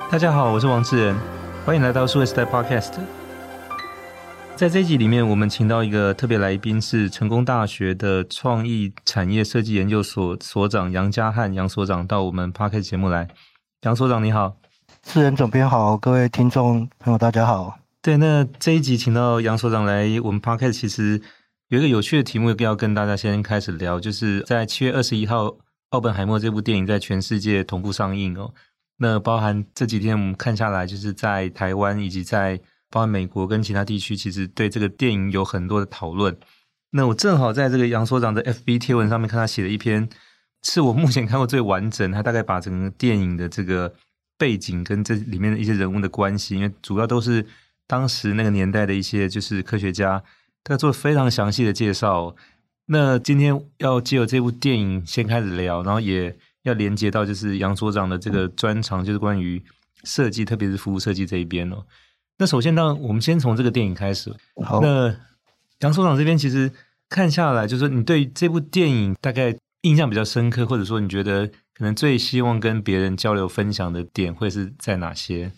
大家好，我是王志仁，欢迎来到数位时代 Podcast。在这一集里面，我们请到一个特别来宾，是成功大学的创意产业设计研究所所长杨家翰杨所长到我们 Podcast 节目来。杨所长你好。 志仁总编好，各位听众朋友大家好。 对，那这一集请到杨所长来我们 Podcast， 其实有一个有趣的题目要跟大家先开始聊，就是在7月21号奥本海默这部电影在全世界同步上映哦。那包含这几天我们看下来，就是在台湾以及在包含美国跟其他地区，其实对这个电影有很多的讨论。那我正好在这个杨所长的 FB 贴文上面看他写了一篇，是我目前看过最完整，他大概把整个电影的这个背景跟这里面的一些人物的关系，因为主要都是当时那个年代的一些就是科学家，他做非常详细的介绍。那今天要借由这部电影先开始聊，然后也要连接到就是杨所长的这个专长，就是关于设计，特别是服务设计这一边哦。那首先呢，我们先从这个电影开始。 好， 那杨所长这边其实看下来，就是说你对这部电影大概印象比较深刻，或者说你觉得可能最希望跟别人交流分享的点会是在哪些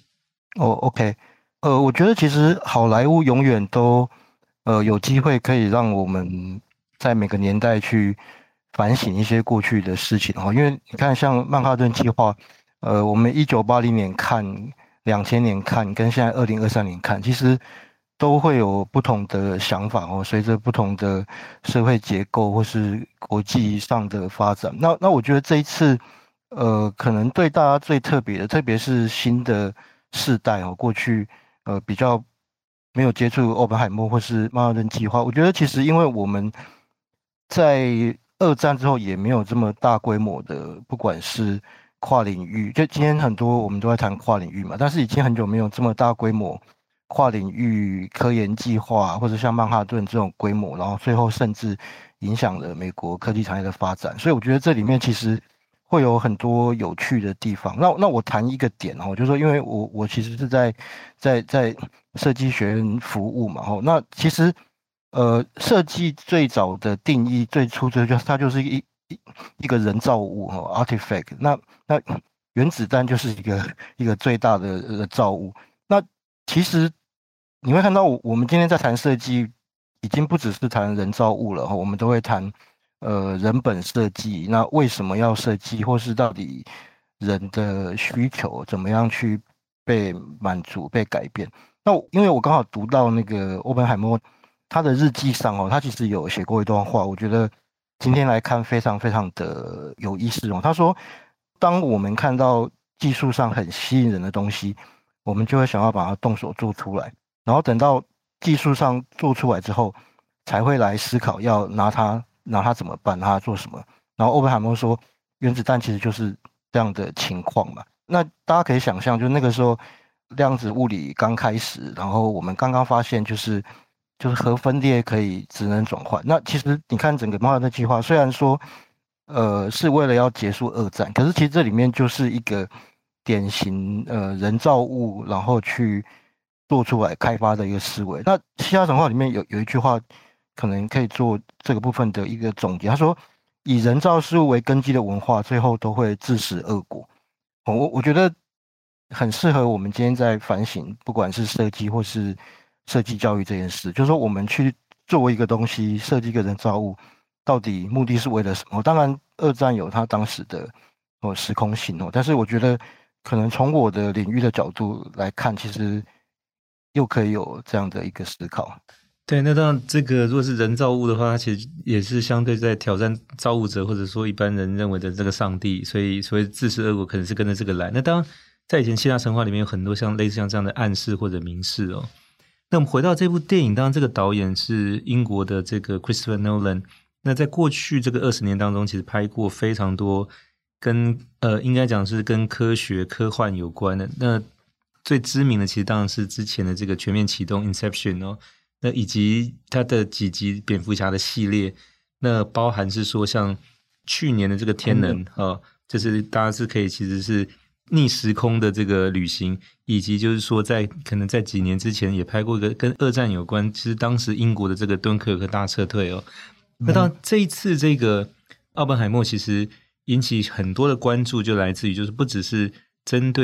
OK，我觉得其实好莱坞永远都有机会可以让我们在每个年代去反省一些过去的事情哈，因为你看像曼哈顿计划，我们1980年看，2000年看，跟现在2023年看，其实都会有不同的想法哦，随着不同的社会结构或是国际上的发展。那我觉得这一次，可能对大家最特别的，特别是新的世代哦，过去比较没有接触欧本海默或是曼哈顿计划，我觉得其实因为我们在二战之后也没有这么大规模的，不管是跨领域，就今天很多我们都在谈跨领域嘛，但是已经很久没有这么大规模跨领域科研计划，或者像曼哈顿这种规模，然后最后甚至影响了美国科技产业的发展。所以我觉得这里面其实会有很多有趣的地方。那我谈一个点哦，就是说，因为我其实是在设计学院服务嘛，那其实设计最早的定义最初就是它就是一个人造物artifact。那原子弹就是一个最大的造物。那其实你会看到我们今天在谈设计，已经不只是谈人造物了，我们都会谈人本设计。那为什么要设计，或是到底人的需求怎么样去被满足、被改变？那因为我刚好读到那个欧本海默他的日记上他其实有写过一段话，我觉得今天来看非常非常的有意思哦。他说，当我们看到技术上很吸引人的东西，我们就会想要把它动手做出来，然后等到技术上做出来之后，才会来思考要拿它怎么办，拿它做什么。然后欧本海默说，原子弹其实就是这样的情况嘛。那大家可以想象，就那个时候量子物理刚开始，然后我们刚刚发现就是核分裂可以质能转换。那其实你看整个曼哈顿计划，虽然说是为了要结束二战，可是其实这里面就是一个典型人造物，然后去做出来开发的一个思维。那希腊神话里面有一句话，可能可以做这个部分的一个总结。他说，以人造事物为根基的文化，最后都会自食恶果。我觉得很适合我们今天在反省，不管是设计或是设计教育这件事，就是说我们去做一个东西，设计一个人造物，到底目的是为了什么？当然，二战有它当时的时空性但是我觉得可能从我的领域的角度来看，其实又可以有这样的一个思考。 对，那当然，这个如果是人造物的话，它其实也是相对在挑战造物者，或者说一般人认为的这个上帝，所以所谓自食恶果可能是跟着这个来。那当然，在以前希腊神话里面有很多类似像这样的暗示或者明示哦。那我们回到这部电影，当然这个导演是英国的这个 Christopher Nolan。那在过去这个20年当中，其实拍过非常多跟应该讲是跟科学科幻有关的。那最知名的其实当然是之前的这个全面启动 Inception 哦。那以及它的几集蝙蝠侠的系列，那包含是说像去年的这个天能就是大家是可以其实是逆时空的这个旅行，以及就是说可能在几年之前也拍过一个跟二战有关，其实当时英国的这个敦刻尔克大撤退哦。那当然这一次这个奥本海默其实引起很多的关注，就来自于就是不只是针对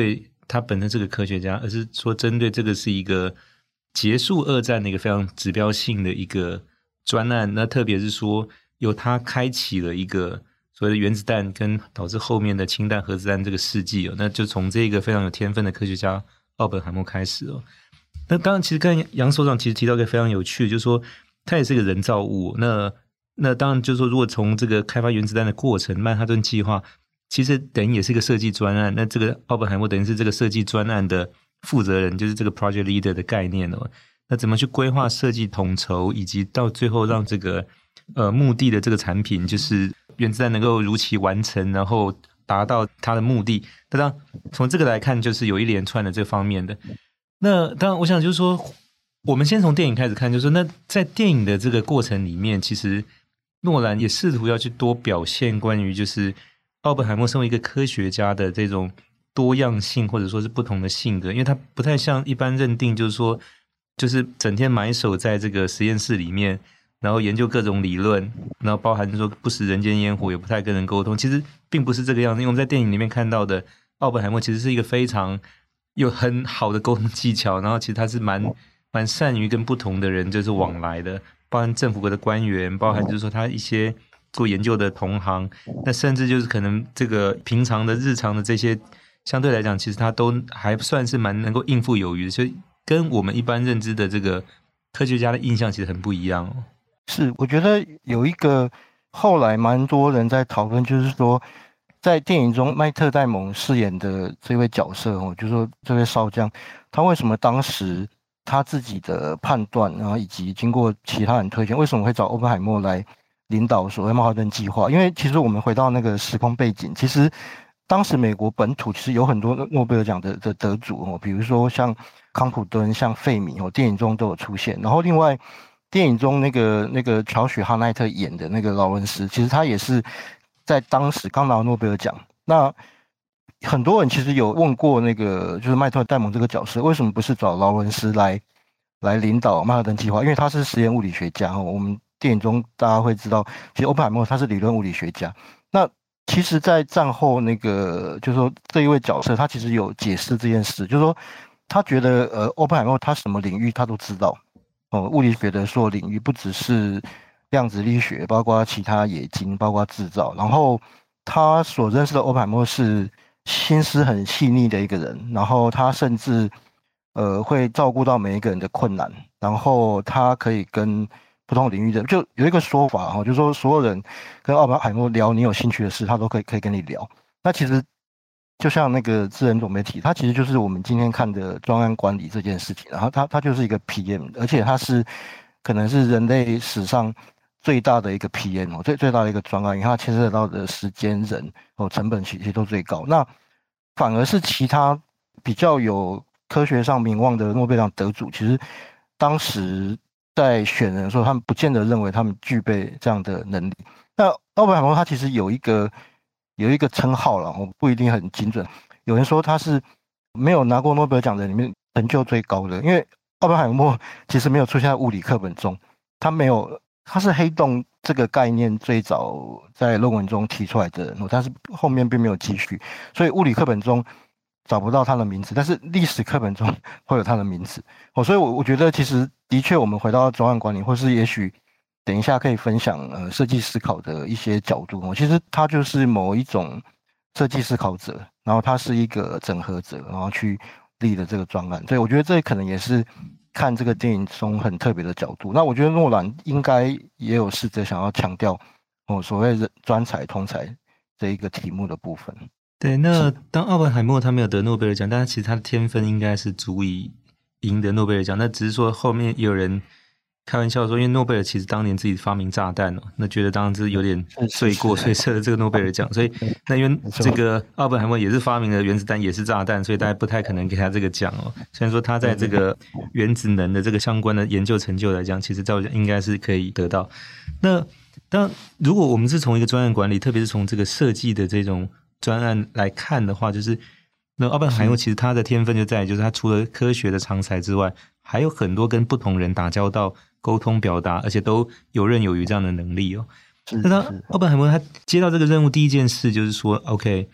他本身是个科学家，而是说针对这个是一个结束二战的一个非常指标性的一个专案。那特别是说由他开启了一个所谓的原子弹跟导致后面的氢弹核子弹这个世纪那就从这个非常有天分的科学家奥本海默开始那当然其实刚才杨所长其实提到一个非常有趣的，就是说它也是一个人造物。那当然就是说如果从这个开发原子弹的过程曼哈顿计划其实等于也是一个设计专案，那这个奥本海默等于是这个设计专案的负责人，就是这个 project leader 的概念那怎么去规划设计统筹，以及到最后让这个目的的这个产品就是原子弹能够如期完成，然后达到它的目的。那当然从这个来看就是有一连串的这方面的。那当然我想就是说我们先从电影开始看，就是说那在电影的这个过程里面，其实诺兰也试图要去多表现关于就是奥本海默身为一个科学家的这种多样性，或者说是不同的性格。因为他不太像一般认定就是说就是整天埋首在这个实验室里面，然后研究各种理论，然后包含说不食人间烟火，也不太跟人沟通。其实并不是这个样子，因为我们在电影里面看到的奥本海默其实是一个非常有很好的沟通技巧，然后其实他是蛮善于跟不同的人就是往来的，包含政府国的官员，包含就是说他一些做研究的同行，那甚至就是可能这个平常的日常的这些相对来讲其实他都还算是蛮能够应付有余的，所以跟我们一般认知的这个科学家的印象其实很不一样是，我觉得有一个后来蛮多人在讨论，就是说在电影中麦特戴蒙饰演的这位角色就是说这位少将，他为什么当时他自己的判断，然后以及经过其他人推荐，为什么会找欧本海默来领导所谓曼哈顿计划？因为其实我们回到那个时空背景，其实当时美国本土其实有很多诺贝尔奖的得主比如说像康普敦、像费米电影中都有出现。然后另外电影中那个乔许哈奈特演的那个劳伦斯，其实他也是在当时刚拿诺贝尔奖。那很多人其实有问过那个就是麦特戴蒙这个角色，为什么不是找劳伦斯来领导曼哈顿计划？因为他是实验物理学家我们电影中大家会知道，其实欧本海默他是理论物理学家。那其实在战后那个就是说这一位角色他其实有解释这件事，就是说他觉得欧本海默他什么领域他都知道物理学的所有领域，不只是量子力学，包括其他冶金，包括制造。然后他所认识的欧本海默是心思很细腻的一个人，然后他甚至会照顾到每一个人的困难，然后他可以跟不同领域的，就有一个说法就是说所有人跟奥本海默聊你有兴趣的事，他都可以跟你聊。那其实就像那个智能总媒体，它其实就是我们今天看的专案管理这件事情，然后它就是一个 PM， 而且它是可能是人类史上最大的一个 PM 最大的一个专案，因为它牵涉到的时间、人成本其实都最高。那反而是其他比较有科学上名望的诺贝尔奖得主，其实当时在选人的时候，他们不见得认为他们具备这样的能力。那奥本海默他其实有一个称号了，不一定很精准。有人说他是没有拿过诺贝尔奖的里面成就最高的，因为奥本海默其实没有出现在物理课本中，他是黑洞这个概念最早在论文中提出来的人，但是后面并没有继续，所以物理课本中找不到他的名字，但是历史课本中会有他的名字所以我觉得其实的确我们回到专案管理，或是也许等一下可以分享设计思考的一些角度其实他就是某一种设计思考者，然后他是一个整合者，然后去立的这个专案。所以我觉得这可能也是看这个电影中很特别的角度。那我觉得诺兰应该也有试着想要强调所谓的专才通才这一个题目的部分。 对，那当奥本海默他没有得诺贝尔奖，但是其实他的天分应该是足以赢得诺贝尔奖。那只是说后面也有人开玩笑说，因为诺贝尔其实当年自己发明炸弹那觉得当时有点罪过，所以设了这个诺贝尔奖。所以那因为这个奥本海默也是发明了原子弹，也是炸弹，所以大家不太可能给他这个奖虽然说他在这个原子能的这个相关的研究成就来讲，其实照讲应该是可以得到。那当然如果我们是从一个专案管理，特别是从这个设计的这种专案来看的话，就是那奥本海默其实他的天分就在于，就是他除了科学的长才之外，还有很多跟不同人打交道、沟通表达，而且都游刃有余这样的能力那他奥本海默他接到这个任务，第一件事就是说 OK，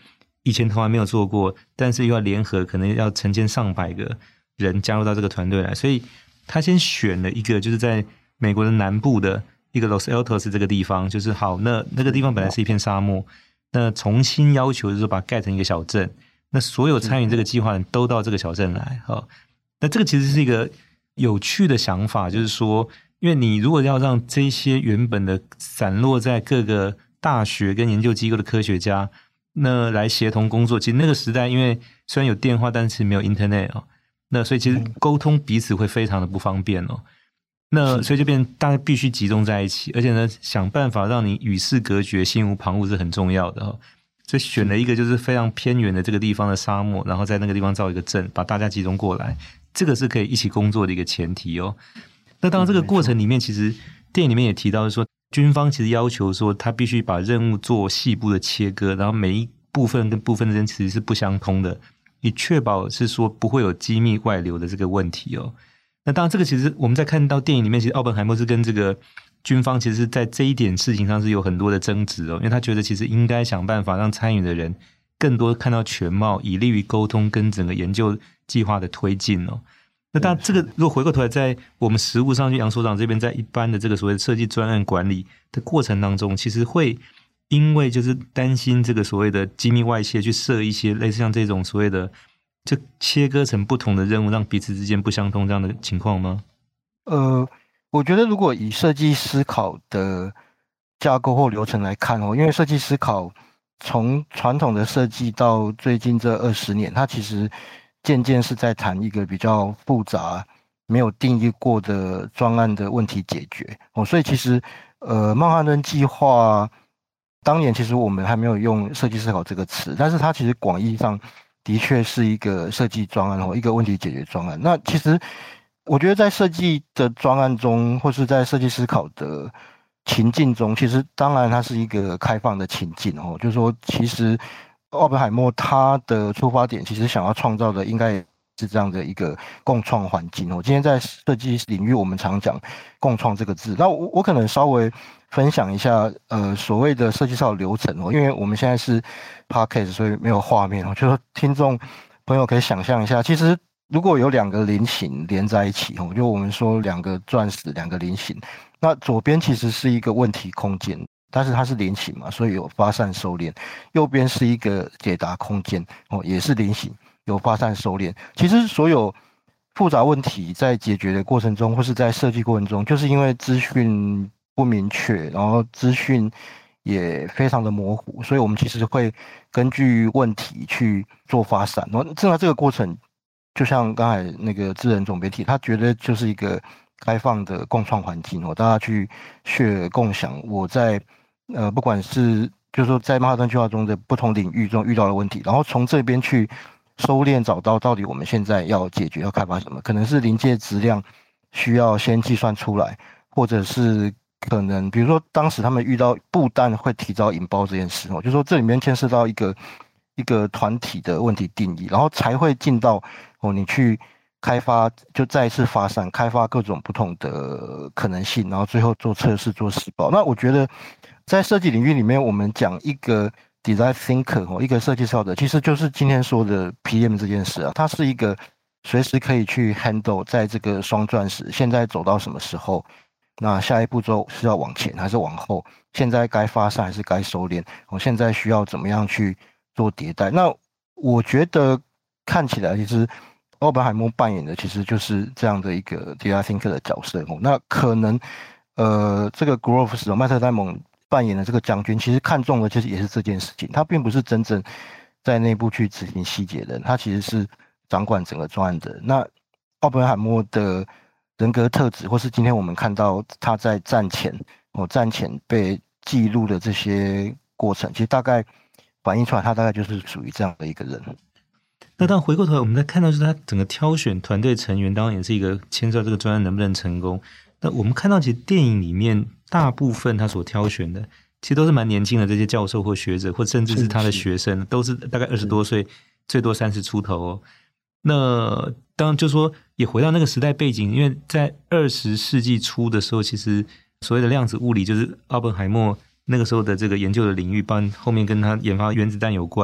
以前从来没有做过，但是又要联合，可能要成千上百个人加入到这个团队来，所以他先选了一个就是在美国的南部的一个 Los Altos 这个地方，就是好，那个地方本来是一片沙漠，那重新要求就是把它盖成一个小镇，那所有参与这个计划的人都到这个小镇来，那这个其实是一个有趣的想法，就是说，因为你如果要让这些原本的散落在各个大学跟研究机构的科学家，那来协同工作，其实那个时代，因为虽然有电话，但是没有 Internet 那所以其实沟通彼此会非常的不方便那所以就变大家必须集中在一起，而且呢，想办法让你与世隔绝、心无旁骛是很重要的所以选了一个就是非常偏远的这个地方的沙漠，然后在那个地方造一个镇，把大家集中过来，这个是可以一起工作的一个前提那当然这个过程里面，其实电影里面也提到说，军方其实要求说，他必须把任务做细部的切割，然后每一部分跟部分之间其实是不相通的，以确保是说不会有机密外流的这个问题那当然这个其实我们在看到电影里面，其实奥本海默是跟这个军方其实是在这一点事情上是有很多的争执因为他觉得其实应该想办法让参与的人更多看到全貌，以利于沟通跟整个研究计划的推进那当然这个如果回过头来在我们实务上，就杨所长这边在一般的这个所谓的设计专案管理的过程当中，其实会因为就是担心这个所谓的机密外泄，去设一些类似像这种所谓的就切割成不同的任务，让彼此之间不相通这样的情况吗？ 我觉得如果以设计思考的架构或流程来看因为设计思考从传统的设计到最近这20年，它其实渐渐是在谈一个比较复杂、没有定义过的专案的问题解决所以其实曼哈顿计划当年其实我们还没有用设计思考这个词，但是它其实广义上的确是一个设计专案一个问题解决专案。那其实我觉得在设计的专案中，或是在设计思考的情境中，其实当然它是一个开放的情境就是说其实奥本海默他的出发点其实想要创造的应该是这样的一个共创环境今天在设计领域我们常讲共创这个字，那我可能稍微分享一下所谓的设计思考流程因为我们现在是 podcast 所以没有画面就说听众朋友可以想象一下，其实如果有两个菱形连在一起就我们说两个钻石两个菱形，那左边其实是一个问题空间，但是它是菱形嘛，所以有发散收敛，右边是一个解答空间也是菱形，有发散收敛。其实所有复杂问题在解决的过程中，或是在设计过程中，就是因为资讯不明确，然后资讯也非常的模糊，所以我们其实会根据问题去做发散。然后这个过程，就像刚才那个智仁总编提，他觉得就是一个开放的共创环境大家去share共享我在不管是就是说在曼哈顿计划中的不同领域中遇到的问题，然后从这边去收敛找到底我们现在要解决要开发什么，可能是临界质量需要先计算出来，或者是可能比如说当时他们遇到布弹会提早引爆这件事就是说这里面牵涉到一个团体的问题定义，然后才会进到你去开发，就再一次发散开发各种不同的可能性，然后最后做测试做实报。那我觉得在设计领域里面，我们讲一个 design thinker 一个设计思考者，其实就是今天说的 PM 这件事它是一个随时可以去 handle 在这个双钻石现在走到什么时候，那下一步骤是要往前还是往后，现在该发散还是该收敛，现在需要怎么样去做迭代。那我觉得看起来其实奥本海默扮演的其实就是这样的一个 design thinker 的角色那可能这个 Groves 麦特戴蒙扮演的这个将军，其实看中的其实也是这件事情，他并不是真正在内部去执行细节的，他其实是掌管整个专案的。那奥本海默的人格特质，或是今天我们看到他在战前被记录的这些过程，其实大概反映出来，他大概就是属于这样的一个人。 那当回过头来，我们在看到就是他整个挑选团队成员，当然也是一个牵涉到这个专案能不能成功。那我们看到其实电影里面大部分他所挑选的，其实都是蛮年轻的这些教授或学者，或甚至是他的学生，都是大概20多岁，最多30出头那当然就说也回到那个时代背景，因为在20世纪初的时候，其实所谓的量子物理就是奥本海默那个时候的这个研究的领域，包括后面跟他研发原子弹有关，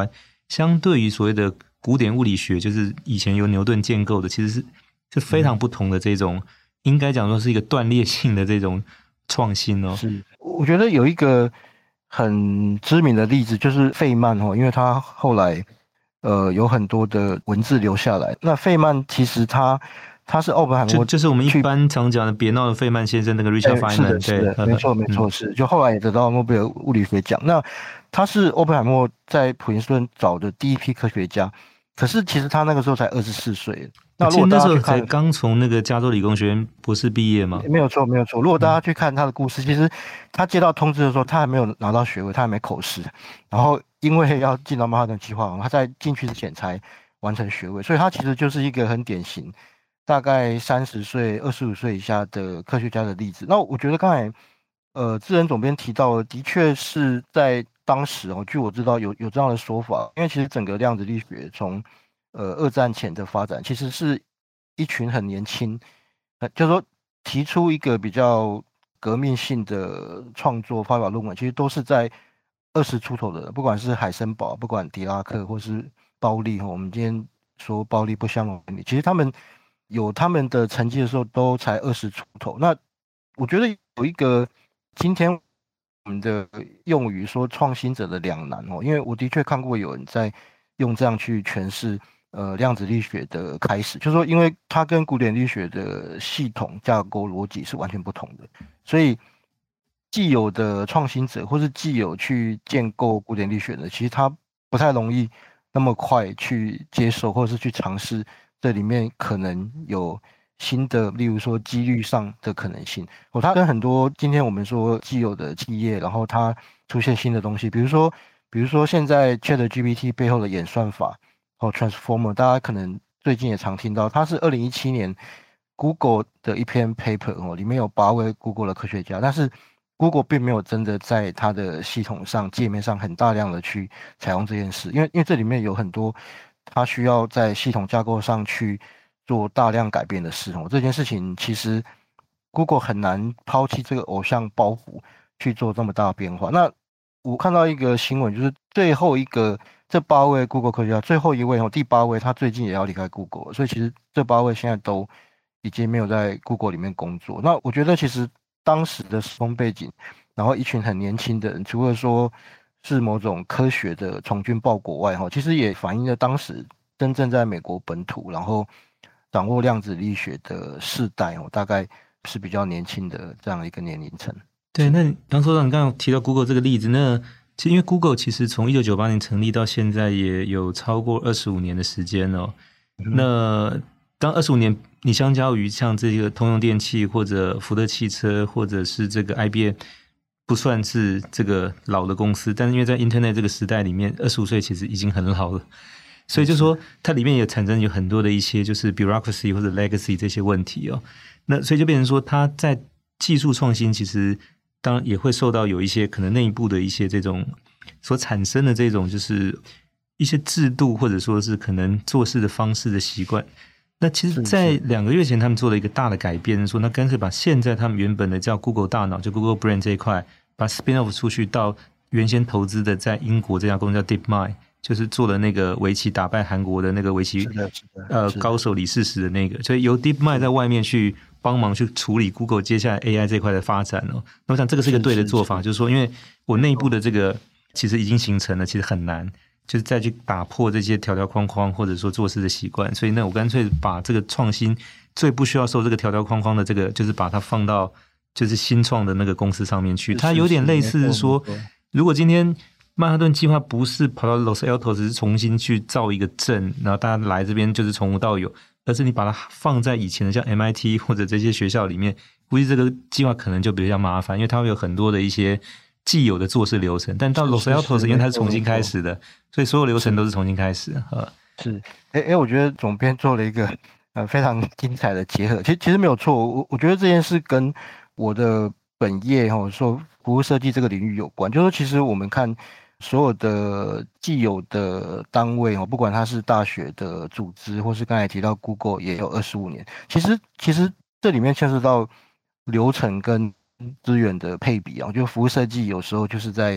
相对于所谓的古典物理学，就是以前由牛顿建构的，其实是非常不同的这种，应该讲说是一个断裂性的这种创新哦。 是，我觉得有一个很知名的例子就是费曼因为他后来有很多的文字留下来。那费曼其实他是奥本海默， 就是我们一般常讲的别闹的费曼先生那个 Richard Feynman， 是的，没错没错，是，就后来也得到诺贝尔物理学奖。那他是奥本海默在普林斯顿找的第一批科学家，可是其实他那个时候才24岁。那如果那时候才刚从那个加州理工学院博士毕业吗？ 没有错，没有错。如果大家去看他的故事，其实他接到通知的时候，他还没有拿到学位，他还没口试。然后因为要进到曼哈顿计划，他在进去之前才完成学位，所以他其实就是一个很典型，大概30岁、25岁以下的科学家的例子。那我觉得刚才智仁总编提到的确是在当时据我知道有这样的说法，因为其实整个量子力学从二战前的发展，其实是一群很年轻，就是说提出一个比较革命性的创作发表论文，其实都是在20出头的人，不管是海森堡，不管狄拉克或是包利，我们今天说包利不相容原理，其实他们有他们的成绩的时候都才20出头。那我觉得有一个今天我们的用语说创新者的两难因为我的确看过有人在用这样去诠释量子力学的开始，就是说因为它跟古典力学的系统架构逻辑是完全不同的，所以既有的创新者或是既有去建构古典力学的，其实他不太容易那么快去接受或者是去尝试这里面可能有新的，例如说几率上的可能性。它跟很多今天我们说既有的企业，然后它出现新的东西，比如说现在 ChatGPT 背后的演算法Transformer， 大家可能最近也常听到，它是2017年 Google 的一篇 paper 里面有8位 Google 的科学家，但是 Google 并没有真的在它的系统上界面上很大量的去采用这件事，因为这里面有很多它需要在系统架构上去做大量改变的事这件事情其实 Google 很难抛弃这个偶像包袱去做这么大的变化。那我看到一个新闻，就是最后一个这8位 Google 科学家，最后一位第8位，他最近也要离开 Google， 所以其实这8位现在都已经没有在 Google 里面工作。那我觉得其实当时的时空背景，然后一群很年轻的人，除了说是某种科学的从军报国外其实也反映了当时真正在美国本土，然后掌握量子力学的世代大概是比较年轻的这样一个年龄层。 对，那杨所长，你刚刚提到 Google 这个例子，那其实因为 Google 其实从1998年成立到现在也有超过25年的时间那当25年，你相较于像这个通用电气或者福特汽车或者是这个 IBM， 不算是这个老的公司，但是因为在 Internet 这个时代里面，25岁其实已经很老了，所以就说它里面也产生有很多的一些就是 bureaucracy 或者 legacy 这些问题那所以就变成说它在技术创新其实当然也会受到有一些可能内部的一些这种所产生的这种就是一些制度或者说是可能做事的方式的习惯。那其实在2个月前他们做了一个大的改变，说那干脆把现在他们原本的叫 Google 大脑就 Google Brain 这一块把 spin off 出去到原先投资的在英国这家公司叫 DeepMind， 就是做了那个围棋打败韩国的那个围棋高手李世石的那个，所以由 DeepMind 在外面去帮忙去处理 Google 接下来 AI 这块的发展那我想这个是一个对的做法，就是说因为我内部的这个其实已经形成了，其实很难就是再去打破这些条条框框或者说做事的习惯，所以呢我干脆把这个创新最不需要受这个条条框框的这个就是把它放到就是新创的那个公司上面去。它有点类似说如果今天曼哈顿计划不是跑到 Los Altos 只是重新去造一个镇，然后大家来这边就是从无到有，而是你把它放在以前的像 MIT 或者这些学校里面，估计这个计划可能就比较麻烦，因为它会有很多的一些既有的做事流程，但到 Los Altos 因为它是重新开始的，所以所有流程都是重新开始是我觉得总编做了一个非常精彩的结合，其实没有错，我觉得这件事跟我的本业说服务设计这个领域有关，就是说其实我们看所有的既有的单位不管它是大学的组织，或是刚才提到 Google 也有25年，其实这里面牵涉到流程跟资源的配比就服务设计有时候就是在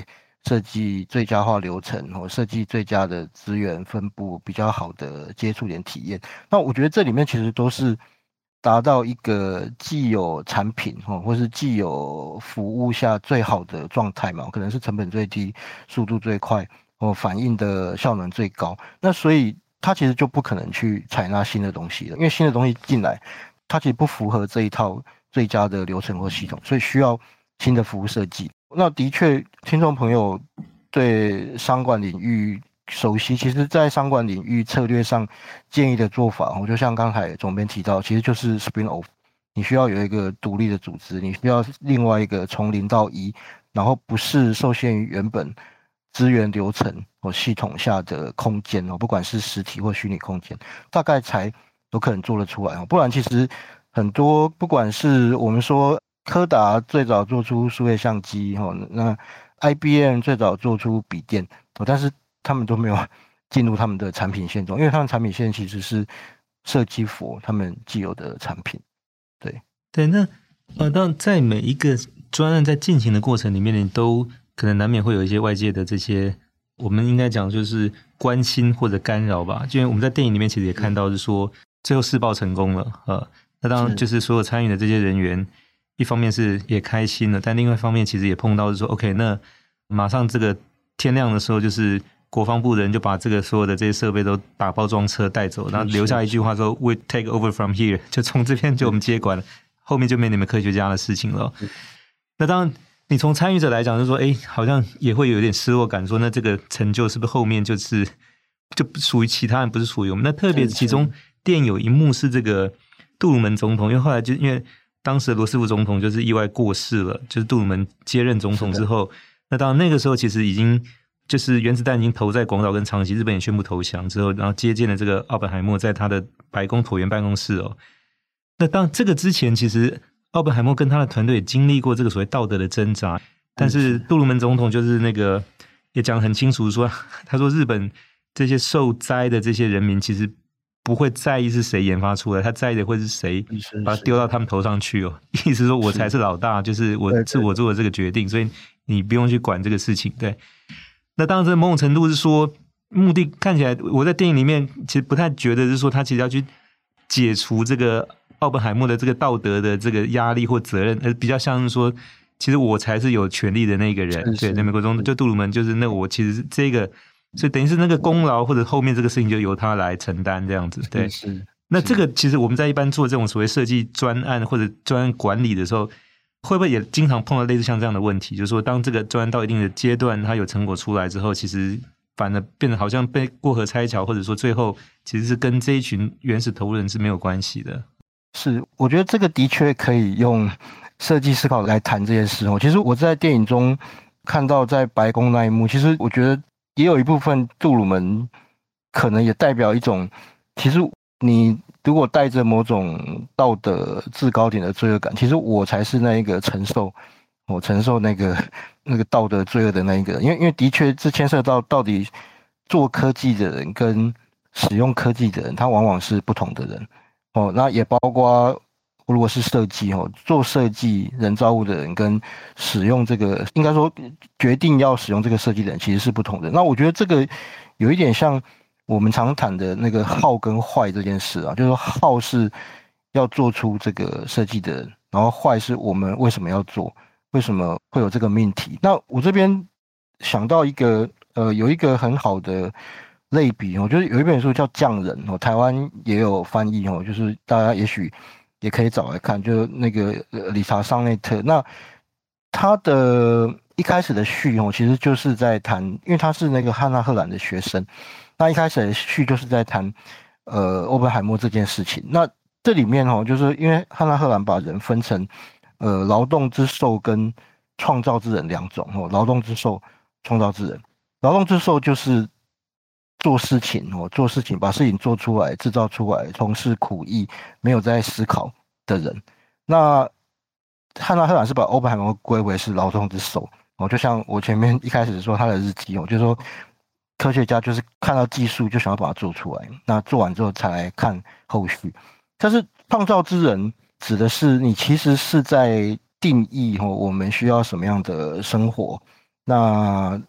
设计最佳化流程，设计最佳的资源分布，比较好的接触点体验。那我觉得这里面其实都是达到一个既有产品或是既有服务下最好的状态嘛，可能是成本最低、速度最快反应的效能最高。那所以它其实就不可能去采纳新的东西了，因为新的东西进来，它其实不符合这一套最佳的流程或系统，所以需要新的服务设计。那的确，听众朋友对商管领域熟悉，其实在商管领域策略上建议的做法，就像刚才总编提到，其实就是 spin off， 你需要有一个独立的组织，你需要另外一个从0到1，然后不是受限于原本资源流程或系统下的空间不管是实体或虚拟空间，大概才有可能做得出来不然其实很多不管是我们说柯达最早做出数位相机那 IBM 最早做出笔电但是他们都没有进入他们的产品线中，因为他们产品线其实是设计for他们既有的产品。 对，那当在每一个专案在进行的过程里面，你都可能难免会有一些外界的这些，我们应该讲就是关心或者干扰吧。因为我们在电影里面其实也看到是说，最后试爆成功了那当然就是所有参与的这些人员，一方面是也开心了，但另外一方面其实也碰到是说 OK， 那马上这个天亮的时候，就是国防部的人就把这个所有的这些设备都打包装车带走，然后留下一句话说 We take over from here， 就从这边就我们接管了，后面就没你们科学家的事情了。那当然你从参与者来讲就是说好像也会有点失落感，说那这个成就是不是后面就属于其他人，不是属于我们。那特别其中电影有一幕是这个杜鲁门总统，因为后来就因为当时的罗斯福总统就是意外过世了，就是杜鲁门接任总统之后，那当然那个时候其实已经就是原子弹已经投在广岛跟长崎，日本也宣布投降之后，然后接见了这个奥本海默在他的白宫椭圆办公室那当这个之前其实奥本海默跟他的团队也经历过这个所谓道德的挣扎，但是杜鲁门总统就是那个也讲得很清楚说，他说日本这些受灾的这些人民其实不会在意是谁研发出来，他在意的会是谁把它丢到他们头上去意思说我才是老大，就是我做的这个决定，所以你不用去管这个事情。对，那当然这某种程度是说目的看起来我在电影里面其实不太觉得是说他其实要去解除这个奥本海默的这个道德的这个压力或责任，而比较像是说其实我才是有权利的那个人。对，在美国中就杜鲁门就是那我其实是这个，所以等于是那个功劳或者后面这个事情就由他来承担这样子。对，那这个其实我们在一般做这种所谓设计专案或者专案管理的时候，会不会也经常碰到类似像这样的问题，就是说当这个专案到一定的阶段它有成果出来之后，其实反而变得好像被过河拆桥，或者说最后其实是跟这一群原始投入人是没有关系的。 是，我觉得这个的确可以用设计思考来谈这件事其实我在电影中看到在白宫那一幕，其实我觉得也有一部分杜鲁门可能也代表一种，其实你如果带着某种道德制高点的罪恶感，其实我才是那一个承受那个道德罪恶的那一个人，因为的确这牵涉到底做科技的人跟使用科技的人，他往往是不同的人那也包括如果是设计做设计人造物的人跟使用这个，应该说决定要使用这个设计的人其实是不同的。那我觉得这个有一点像我们常谈的那个好跟坏这件事就是说好是要做出这个设计的人，然后坏是我们为什么要做，为什么会有这个命题。那我这边想到一个有一个很好的类比就是有一本书叫《匠人》台湾也有翻译就是大家也许也可以找来看，就那个理查桑内特。那他的一开始的序其实就是在谈，因为他是那个汉娜赫兰的学生，那一开始的序就是在谈欧本海默这件事情。那这里面就是因为汉娜赫兰把人分成劳动之兽跟创造之人两种劳动之兽、创造之人。劳动之兽就是做事情把事情做出来、制造出来，从事苦役，没有在思考的人。那汉娜赫兰是把欧本海默归为是劳动之兽就像我前面一开始说他的日记就是说科学家就是看到技术就想要把它做出来，那做完之后才来看后续。但是创造之人指的是你其实是在定义我们需要什么样的生活，那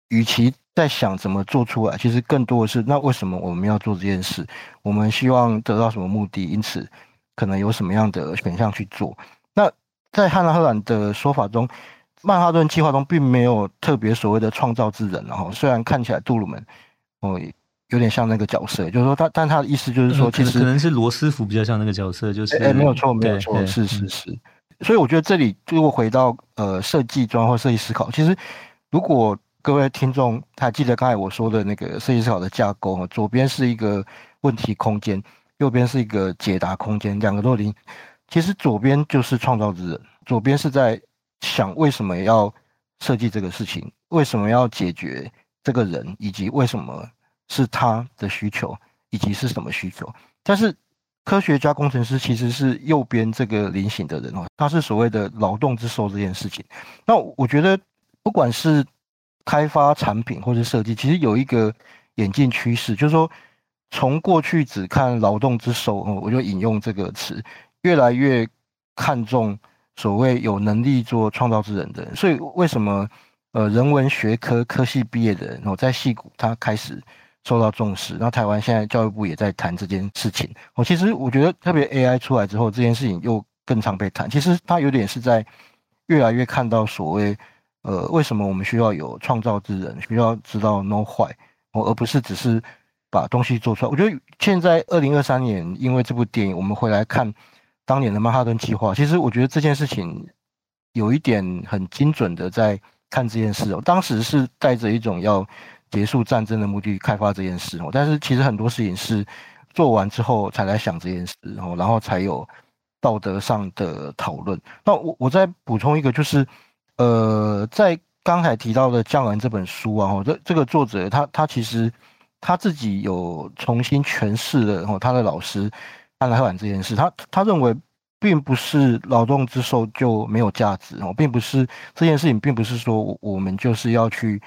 与其在想怎么做出来，其实更多的是那为什么我们要做这件事？我们希望得到什么目的？因此可能有什么样的选项去做？那在汉娜·赫兰的说法中，曼哈顿计划中并没有特别所谓的创造之人，然后虽然看起来杜鲁门有点像那个角色，就是说但他的意思就是说，其实可能是罗斯福比较像那个角色，就是没有错，没有错，是。所以我觉得这里如果回到设计端或设计思考，其实如果各位听众还记得刚才我说的那个设计思考的架构，左边是一个问题空间，右边是一个解答空间，两个都零。其实左边就是创造之人，左边是在想为什么要设计这个事情，为什么要解决这个人，以及为什么是他的需求，以及是什么需求。但是科学家、工程师其实是右边这个菱形的人哦，他是所谓的劳动之兽这件事情。那我觉得不管是开发产品或是设计，其实有一个演进趋势，就是说从过去只看劳动之兽，我就引用这个词，越来越看重所谓有能力做创造之人的人。所以为什么人文学科系毕业的人在矽谷他开始受到重视，那台湾现在教育部也在谈这件事情。其实我觉得特别 AI 出来之后，这件事情又更常被谈。其实它有点是在越来越看到所谓为什么我们需要有创造之人，需要知道 know why，而不是只是把东西做出来。我觉得现在2023年，因为这部电影，我们回来看当年的曼哈顿计划，其实我觉得这件事情有一点很精准的在看这件事当时是带着一种要结束战争的目的开发这件事但是其实很多事情是做完之后才来想这件事然后才有道德上的讨论。那我再补充一个，就是在刚才提到的《匠人》这本书啊，这个作者他其实他自己有重新诠释了他的老师安莱赫兰这件事。他认为并不是劳动之兽就没有价值并不是这件事情，并不是说我们就是要去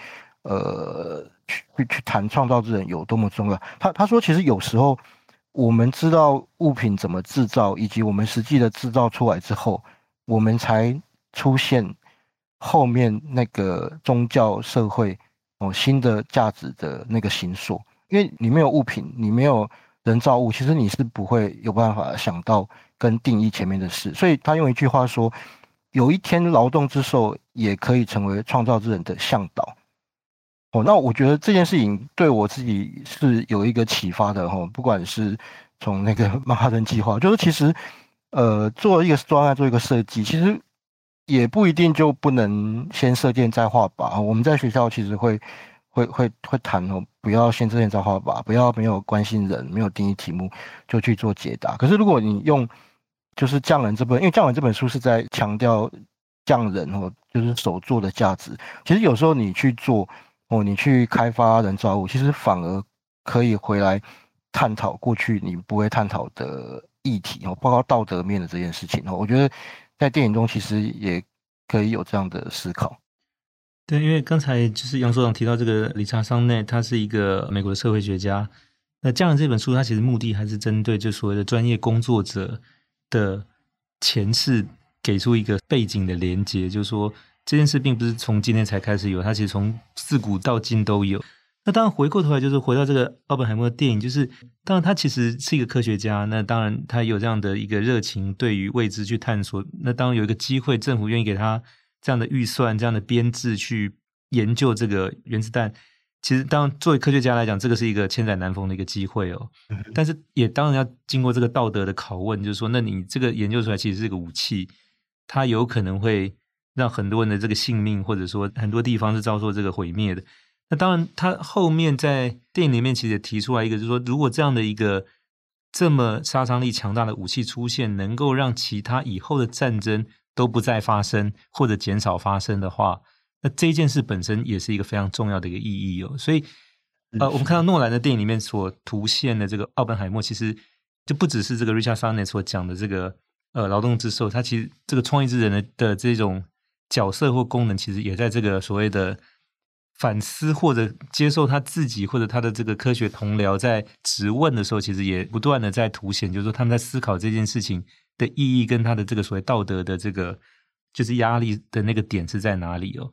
谈创造之人有多么重要。他说，其实有时候我们知道物品怎么制造，以及我们实际的制造出来之后，我们才出现后面那个宗教社会新的价值的那个形塑。因为你没有物品，你没有人造物，其实你是不会有办法想到跟定义前面的事。所以他用一句话说，有一天劳动之兽也可以成为创造之人的向导。那我觉得这件事情对我自己是有一个启发的不管是从那个曼哈顿计划，就是其实做一个专案，做一个设计，其实也不一定就不能先射箭再画靶。我们在学校其实会谈不要先射箭再画靶，不要没有关心人，没有定义题目就去做解答。可是如果你用就是匠人这本，因为匠人这本书是在强调匠人就是手做的价值。其实有时候你去做你去开发人造物，其实反而可以回来探讨过去你不会探讨的议题包括道德面的这件事情我觉得在电影中其实也可以有这样的思考。 对，因为刚才就是杨所长提到这个理查桑内，他是一个美国的社会学家。那这样这本书，它其实目的还是针对就所谓的专业工作者的前世给出一个背景的连结，就是说这件事并不是从今天才开始有，它其实从自古到今都有。那当然回过头来就是回到这个奥本海默的电影，就是当然他其实是一个科学家，那当然他有这样的一个热情对于未知去探索，那当然有一个机会政府愿意给他这样的预算这样的编制去研究这个原子弹，其实当然作为科学家来讲，这个是一个千载难逢的一个机会但是也当然要经过这个道德的拷问，就是说那你这个研究出来其实是个武器，它有可能会让很多人的这个性命或者说很多地方是遭受这个毁灭的。那当然他后面在电影里面其实也提出来一个，就是说如果这样的一个这么杀伤力强大的武器出现，能够让其他以后的战争都不再发生或者减少发生的话，那这件事本身也是一个非常重要的一个意义所以我们看到诺兰的电影里面所凸现的这个奥本海默，其实就不只是这个 Richard Sennett 所讲的这个劳动之兽，他其实这个创意之人的这种角色或功能，其实也在这个所谓的反思或者接受他自己或者他的这个科学同僚在质问的时候，其实也不断的在凸显，就是说他们在思考这件事情的意义跟他的这个所谓道德的这个就是压力的那个点是在哪里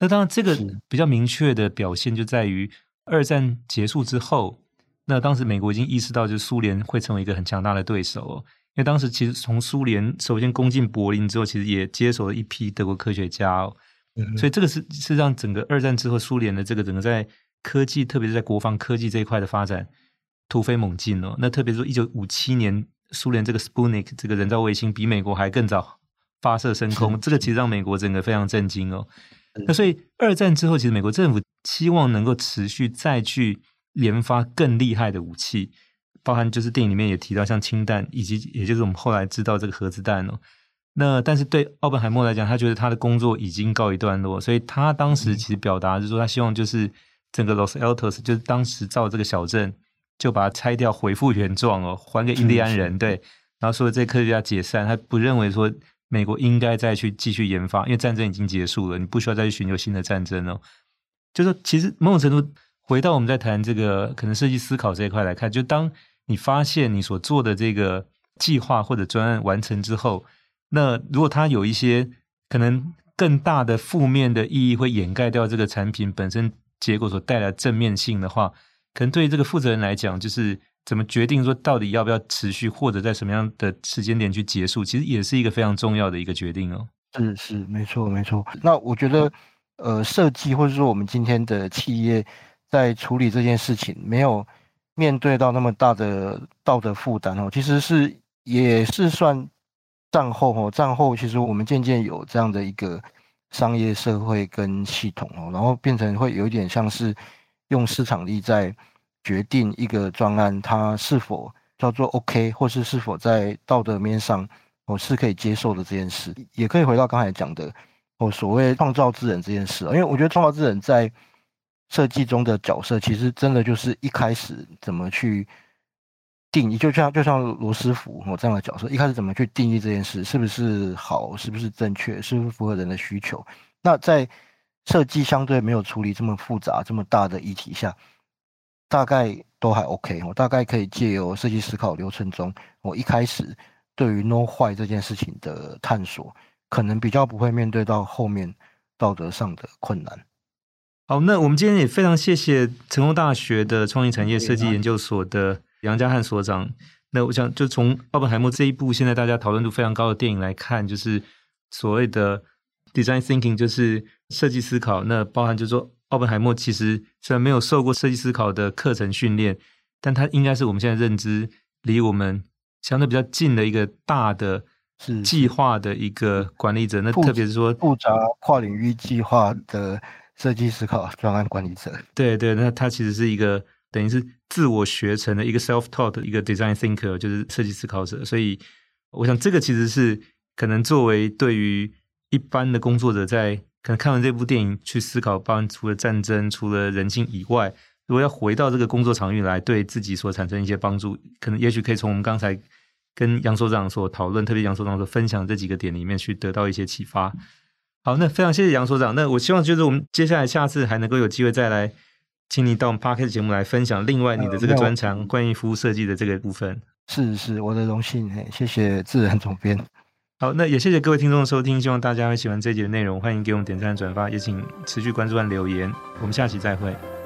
那当然这个比较明确的表现就在于二战结束之后，那当时美国已经意识到就是苏联会成为一个很强大的对手哦，因为当时其实从苏联首先攻进柏林之后，其实也接手了一批德国科学家哦，所以这个是让整个二战之后苏联的这个整个在科技，特别是在国防科技这一块的发展突飞猛进哦。那特别是说1957年苏联这个 Sputnik 这个人造卫星比美国还更早发射升空，这个其实让美国整个非常震惊哦。那所以二战之后，其实美国政府希望能够持续再去研发更厉害的武器，包含就是电影里面也提到像氢弹，以及也就是我们后来知道这个核子弹哦。那但是对奥本海默来讲，他觉得他的工作已经告一段落，所以他当时其实表达就是说，他希望就是整个 Los Altos 就是当时造这个小镇，就把它拆掉，恢复原状哦，还给印第安人。对，然后所有这些科学家解散，他不认为说美国应该再去继续研发，因为战争已经结束了，你不需要再去寻求新的战争哦。就是其实某种程度回到我们在谈这个可能设计思考这一块来看，就当你发现你所做的这个计划或者专案完成之后，那如果它有一些可能更大的负面的意义会掩盖掉这个产品本身结果所带来的正面性的话，可能对于这个负责人来讲，就是怎么决定说到底要不要持续，或者在什么样的时间点去结束，其实也是一个非常重要的一个决定哦。 是，没错没错。那我觉得设计或者说我们今天的企业在处理这件事情，没有面对到那么大的道德负担哦，其实也是算战后哦，战后其实我们渐渐有这样的一个商业社会跟系统哦，然后变成会有一点像是用市场力在决定一个专案它是否叫做 OK， 或是否在道德面上是可以接受的这件事。也可以回到刚才讲的所谓创造之人这件事，因为我觉得创造之人在设计中的角色，其实真的就是一开始怎么去定义，就像罗斯福这样的角色，一开始怎么去定义这件事，是不是好，是不是正确，是不是符合人的需求。那在设计相对没有处理这么复杂这么大的议题下，大概都还 OK， 大概可以借由设计思考流程中，我一开始对于 no 坏这件事情的探索，可能比较不会面对到后面道德上的困难。 好，那我们今天也非常谢谢成功大学的创意产业设计研究所的杨家翰所长。那我想就从奥本海默这一部现在大家讨论度非常高的电影来看，就是所谓的 design thinking， 就是设计思考。那包含就是说奥本海默其实虽然没有受过设计思考的课程训练，但他应该是我们现在认知离我们相对比较近的一个大的计划的一个管理者。那特别是说复杂跨领域计划的设计思考专案管理者。 对，那他其实是一个等于是自我学成的一个 self-taught 的一个 design thinker， 就是设计思考者。所以我想这个其实是可能作为对于一般的工作者在可能看完这部电影去思考，包含除了战争除了人性以外，如果要回到这个工作场域来对自己所产生一些帮助，可能也许可以从我们刚才跟杨所长所讨论，特别杨所长所分享这几个点里面去得到一些启发。好，那非常谢谢杨所长。那我希望就是我们接下来下次还能够有机会再来请你到我们 Podcast 节目来分享另外你的这个专长，关于服务设计的这个部分。 是我的荣幸，谢谢志仁总编。 好，那也谢谢各位听众的收听，希望大家会喜欢这一集的内容，欢迎给我们点赞转发，也请持续关注和留言，我们下期再会。